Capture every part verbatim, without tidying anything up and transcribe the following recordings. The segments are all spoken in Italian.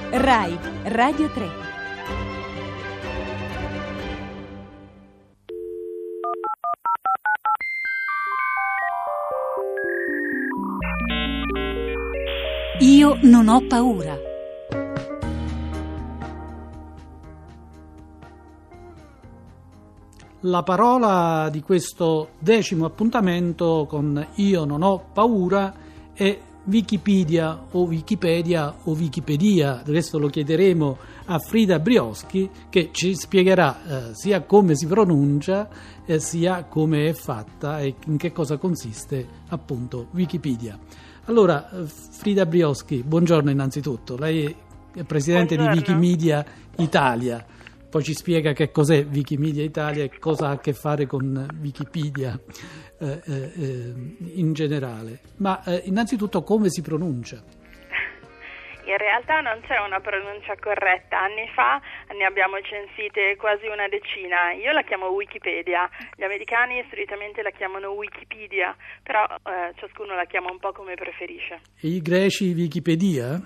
Rai Radio tre. Io non ho paura. La parola di questo decimo appuntamento con Io non ho paura è Wikipedia o Wikipedia o Wikipedia. Adesso lo chiederemo a Frida Brioschi, che ci spiegherà eh, sia come si pronuncia eh, sia come è fatta e in che cosa consiste appunto Wikipedia. Allora, Frida Brioschi, buongiorno innanzitutto. Lei è presidente buongiorno. di Wikimedia Italia. Poi ci spiega che cos'è Wikimedia Italia e cosa ha a che fare con Wikipedia eh, eh, in generale. Ma eh, innanzitutto come si pronuncia? In realtà non c'è una pronuncia corretta. Anni fa ne abbiamo censite quasi una decina. Io la chiamo Wikipedia, gli americani solitamente la chiamano Wikipedia, però eh, ciascuno la chiama un po' come preferisce. E i greci Wikipedia?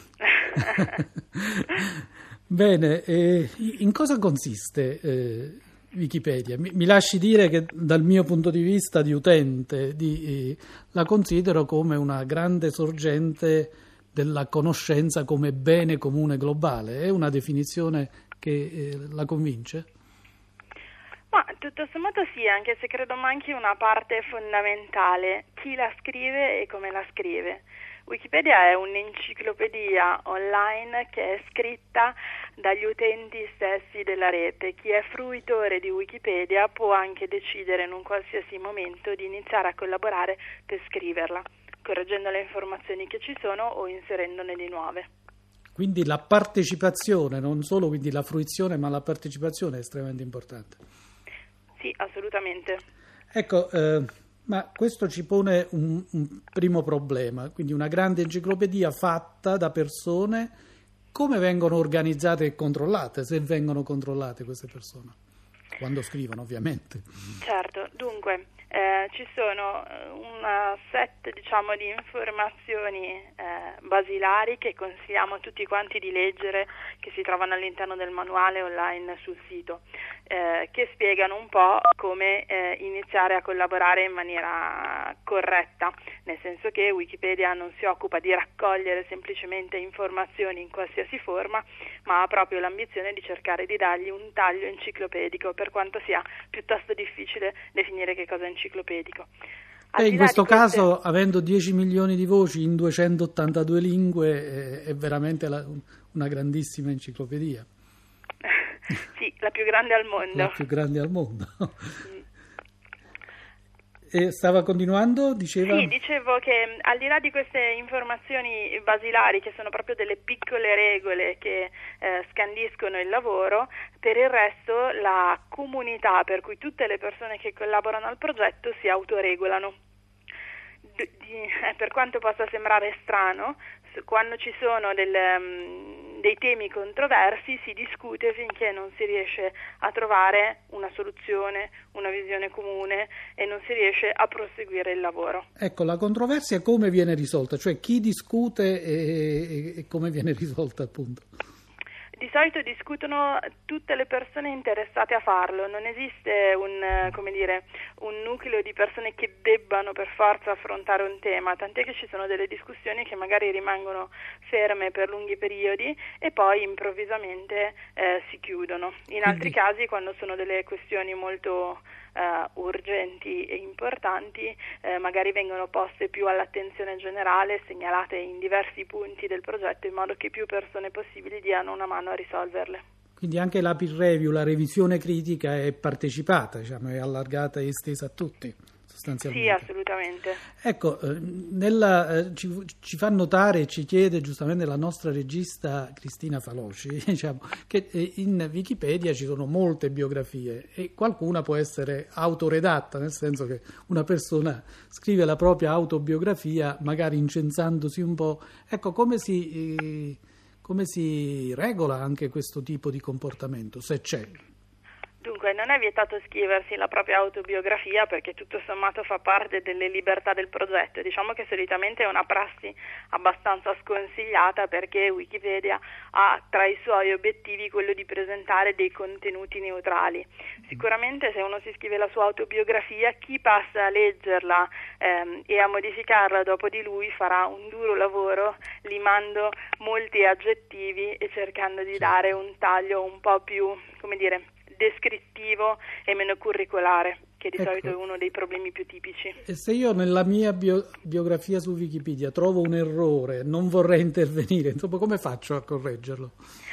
Bene, eh, in cosa consiste eh, Wikipedia? Mi, mi lasci dire che dal mio punto di vista di utente di, eh, la considero come una grande sorgente della conoscenza come bene comune globale. È una definizione che eh, la convince? Ma tutto sommato sì, anche se credo manchi una parte fondamentale: chi la scrive e come la scrive. Wikipedia è un'enciclopedia online che è scritta dagli utenti stessi della rete. Chi è fruitore di Wikipedia può anche decidere in un qualsiasi momento di iniziare a collaborare per scriverla, correggendo le informazioni che ci sono o inserendone di nuove. Quindi la partecipazione, non solo quindi la fruizione, ma la partecipazione è estremamente importante. Sì, assolutamente. Ecco, eh, ma questo ci pone un, un primo problema, quindi una grande enciclopedia fatta da persone. Come vengono organizzate e controllate, se vengono controllate queste persone? Quando scrivono, ovviamente. Certo, dunque eh, ci sono un set diciamo di informazioni eh, basilari che consigliamo a tutti quanti di leggere, che si trovano all'interno del manuale online sul sito, eh, che spiegano un po' come eh, iniziare a collaborare in maniera corretta, nel senso che Wikipedia non si occupa di raccogliere semplicemente informazioni in qualsiasi forma, ma ha proprio l'ambizione di cercare di dargli un taglio enciclopedico, per quanto sia piuttosto difficile definire che cosa è enciclopedico. E in questo queste... caso, avendo dieci milioni di voci in duecentottantadue lingue, è veramente la, una grandissima enciclopedia. Sì, la più grande al mondo. La più grande al mondo. E stava continuando, diceva? Sì, dicevo che al di là di queste informazioni basilari, che sono proprio delle piccole regole che eh, scandiscono il lavoro, per il resto la comunità, per cui tutte le persone che collaborano al progetto si autoregolano. D- di, eh, per quanto possa sembrare strano, quando ci sono del, um, dei temi controversi si discute finché non si riesce a trovare una soluzione, una visione comune e non si riesce a proseguire il lavoro. Ecco, la controversia come viene risolta? Cioè chi discute e, e, e come viene risolta, appunto? Di solito discutono tutte le persone interessate a farlo, non esiste un, come dire, un nucleo di persone che debbano per forza affrontare un tema, tant'è che ci sono delle discussioni che magari rimangono ferme per lunghi periodi e poi improvvisamente eh, si chiudono. In altri Quindi... casi, quando sono delle questioni molto Uh, urgenti e importanti, uh, magari vengono poste più all'attenzione generale, segnalate in diversi punti del progetto, in modo che più persone possibili diano una mano a risolverle. Quindi anche la peer review, la revisione critica è partecipata, diciamo, è allargata e estesa a tutti, sostanzialmente. Sì, assolutamente. Ecco, eh, nella, eh, ci, ci fa notare e ci chiede giustamente la nostra regista Cristina Faloci, diciamo, che eh, in Wikipedia ci sono molte biografie e qualcuna può essere autoredatta, nel senso che una persona scrive la propria autobiografia, magari incensandosi un po'. Ecco, come si... Eh, Come si regola anche questo tipo di comportamento, se c'è? Dunque, non è vietato scriversi la propria autobiografia perché tutto sommato fa parte delle libertà del progetto. Diciamo che solitamente è una prassi abbastanza sconsigliata perché Wikipedia ha tra i suoi obiettivi quello di presentare dei contenuti neutrali. Sicuramente se uno si scrive la sua autobiografia, chi passa a leggerla ehm, e a modificarla dopo di lui farà un duro lavoro limando molti aggettivi e cercando di dare un taglio un po' più, come dire, descrittivo e meno curricolare, che di ecco. solito è uno dei problemi più tipici. E se io nella mia bio- biografia su Wikipedia trovo un errore, non vorrei intervenire, insomma, come faccio a correggerlo?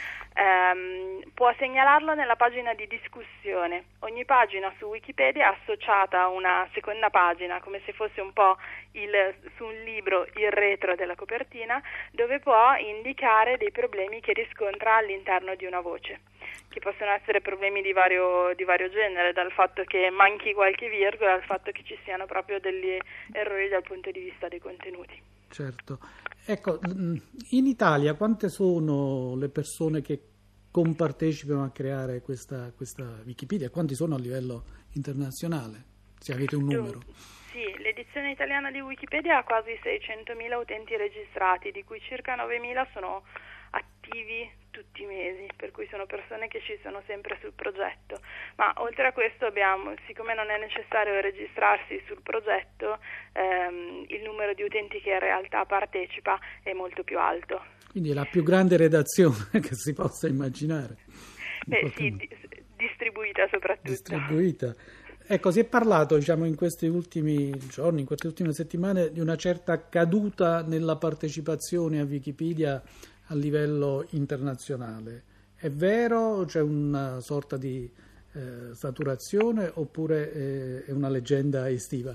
Um, può segnalarlo nella pagina di discussione. Ogni pagina su Wikipedia è associata a una seconda pagina, come se fosse un po' il, su un libro il retro della copertina, dove può indicare dei problemi che riscontra all'interno di una voce, che possono essere problemi di vario, di vario genere, dal fatto che manchi qualche virgola al fatto che ci siano proprio degli errori dal punto di vista dei contenuti. Certo. Ecco, in Italia quante sono le persone che compartecipano a creare questa, questa Wikipedia? Quanti sono a livello internazionale? Se avete un numero. Sì, l'edizione italiana di Wikipedia ha quasi seicentomila utenti registrati, di cui circa novemila sono attivi tutti i mesi, per cui sono persone che ci sono sempre sul progetto. Ma oltre a questo abbiamo, siccome non è necessario registrarsi sul progetto, ehm, il numero di utenti che in realtà partecipa è molto più alto. Quindi è la più grande redazione che si possa immaginare. Beh sì, di, distribuita soprattutto. Distribuita. Ecco, si è parlato, diciamo, in questi ultimi giorni, in queste ultime settimane, di una certa caduta nella partecipazione a Wikipedia a livello internazionale. È vero? C'è una sorta di eh, saturazione oppure eh, è una leggenda estiva?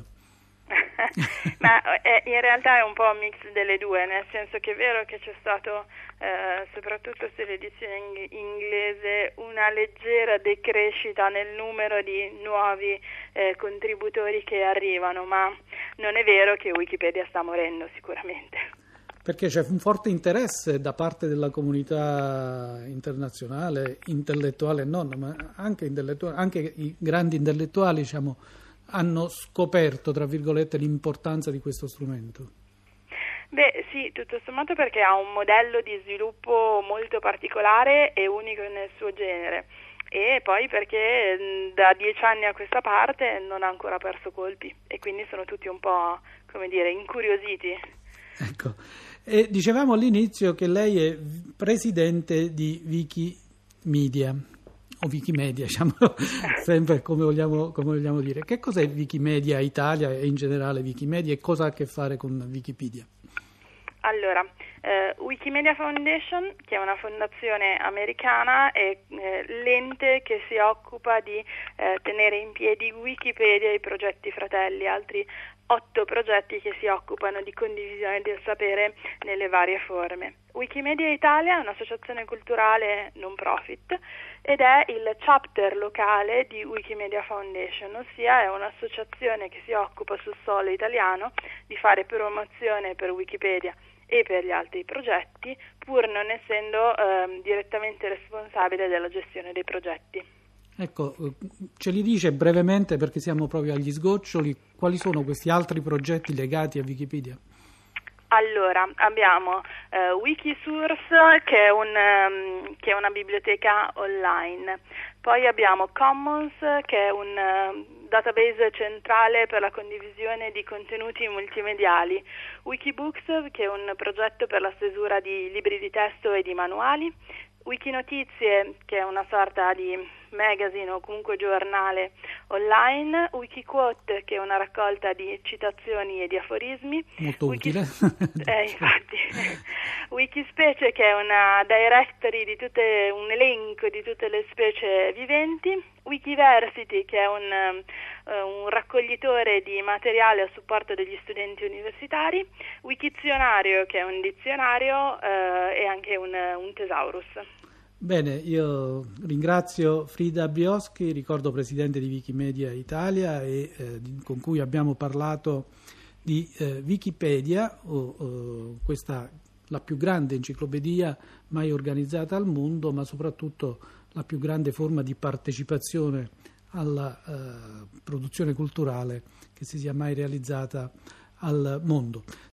Ma è, in realtà è un po' un mix delle due, nel senso che è vero che c'è stato, eh, soprattutto sull'edizione ing- inglese, una leggera decrescita nel numero di nuovi eh, contributori che arrivano, ma non è vero che Wikipedia sta morendo sicuramente. Perché c'è un forte interesse da parte della comunità internazionale, intellettuale e non, ma anche intellettuale, anche i grandi intellettuali, diciamo, hanno scoperto, tra virgolette, l'importanza di questo strumento. Beh sì, tutto sommato perché ha un modello di sviluppo molto particolare e unico nel suo genere, e poi perché da dieci anni a questa parte non ha ancora perso colpi e quindi sono tutti un po', come dire, incuriositi. Ecco, e dicevamo all'inizio che lei è presidente di Wikimedia, o Wikimedia, diciamo, sempre come vogliamo, come vogliamo dire. Che cos'è Wikimedia Italia e in generale Wikimedia e cosa ha a che fare con Wikipedia? Allora, eh, Wikimedia Foundation, che è una fondazione americana, è eh, l'ente che si occupa di eh, tenere in piedi Wikipedia e i progetti fratelli, altri otto progetti che si occupano di condivisione del sapere nelle varie forme. Wikimedia Italia è un'associazione culturale non profit ed è il chapter locale di Wikimedia Foundation, ossia è un'associazione che si occupa sul suolo italiano di fare promozione per Wikipedia e per gli altri progetti, pur non essendo eh, direttamente responsabile della gestione dei progetti. Ecco, ce li dice brevemente, perché siamo proprio agli sgoccioli, quali sono questi altri progetti legati a Wikipedia? Allora, abbiamo eh, Wikisource, che è, un, um, che è una biblioteca online, poi abbiamo Commons, che è un uh, database centrale per la condivisione di contenuti multimediali, Wikibooks, che è un progetto per la stesura di libri di testo e di manuali, Wikinotizie, che è una sorta di magazine o comunque giornale online, Wikiquote, che è una raccolta di citazioni e di aforismi, molto Wiki... utile. eh, infatti. Wikispecie, che è una directory di tutte, un elenco di tutte le specie viventi, Wikiversity, che è un, uh, un raccoglitore di materiale a supporto degli studenti universitari, Wikizionario, che è un dizionario uh, e anche un, un thesaurus. Bene, io ringrazio Frida Bioschi, ricordo presidente di Wikimedia Italia e eh, con cui abbiamo parlato di eh, Wikipedia, o, o, questa la più grande enciclopedia mai organizzata al mondo, ma soprattutto la più grande forma di partecipazione alla eh, produzione culturale che si sia mai realizzata al mondo.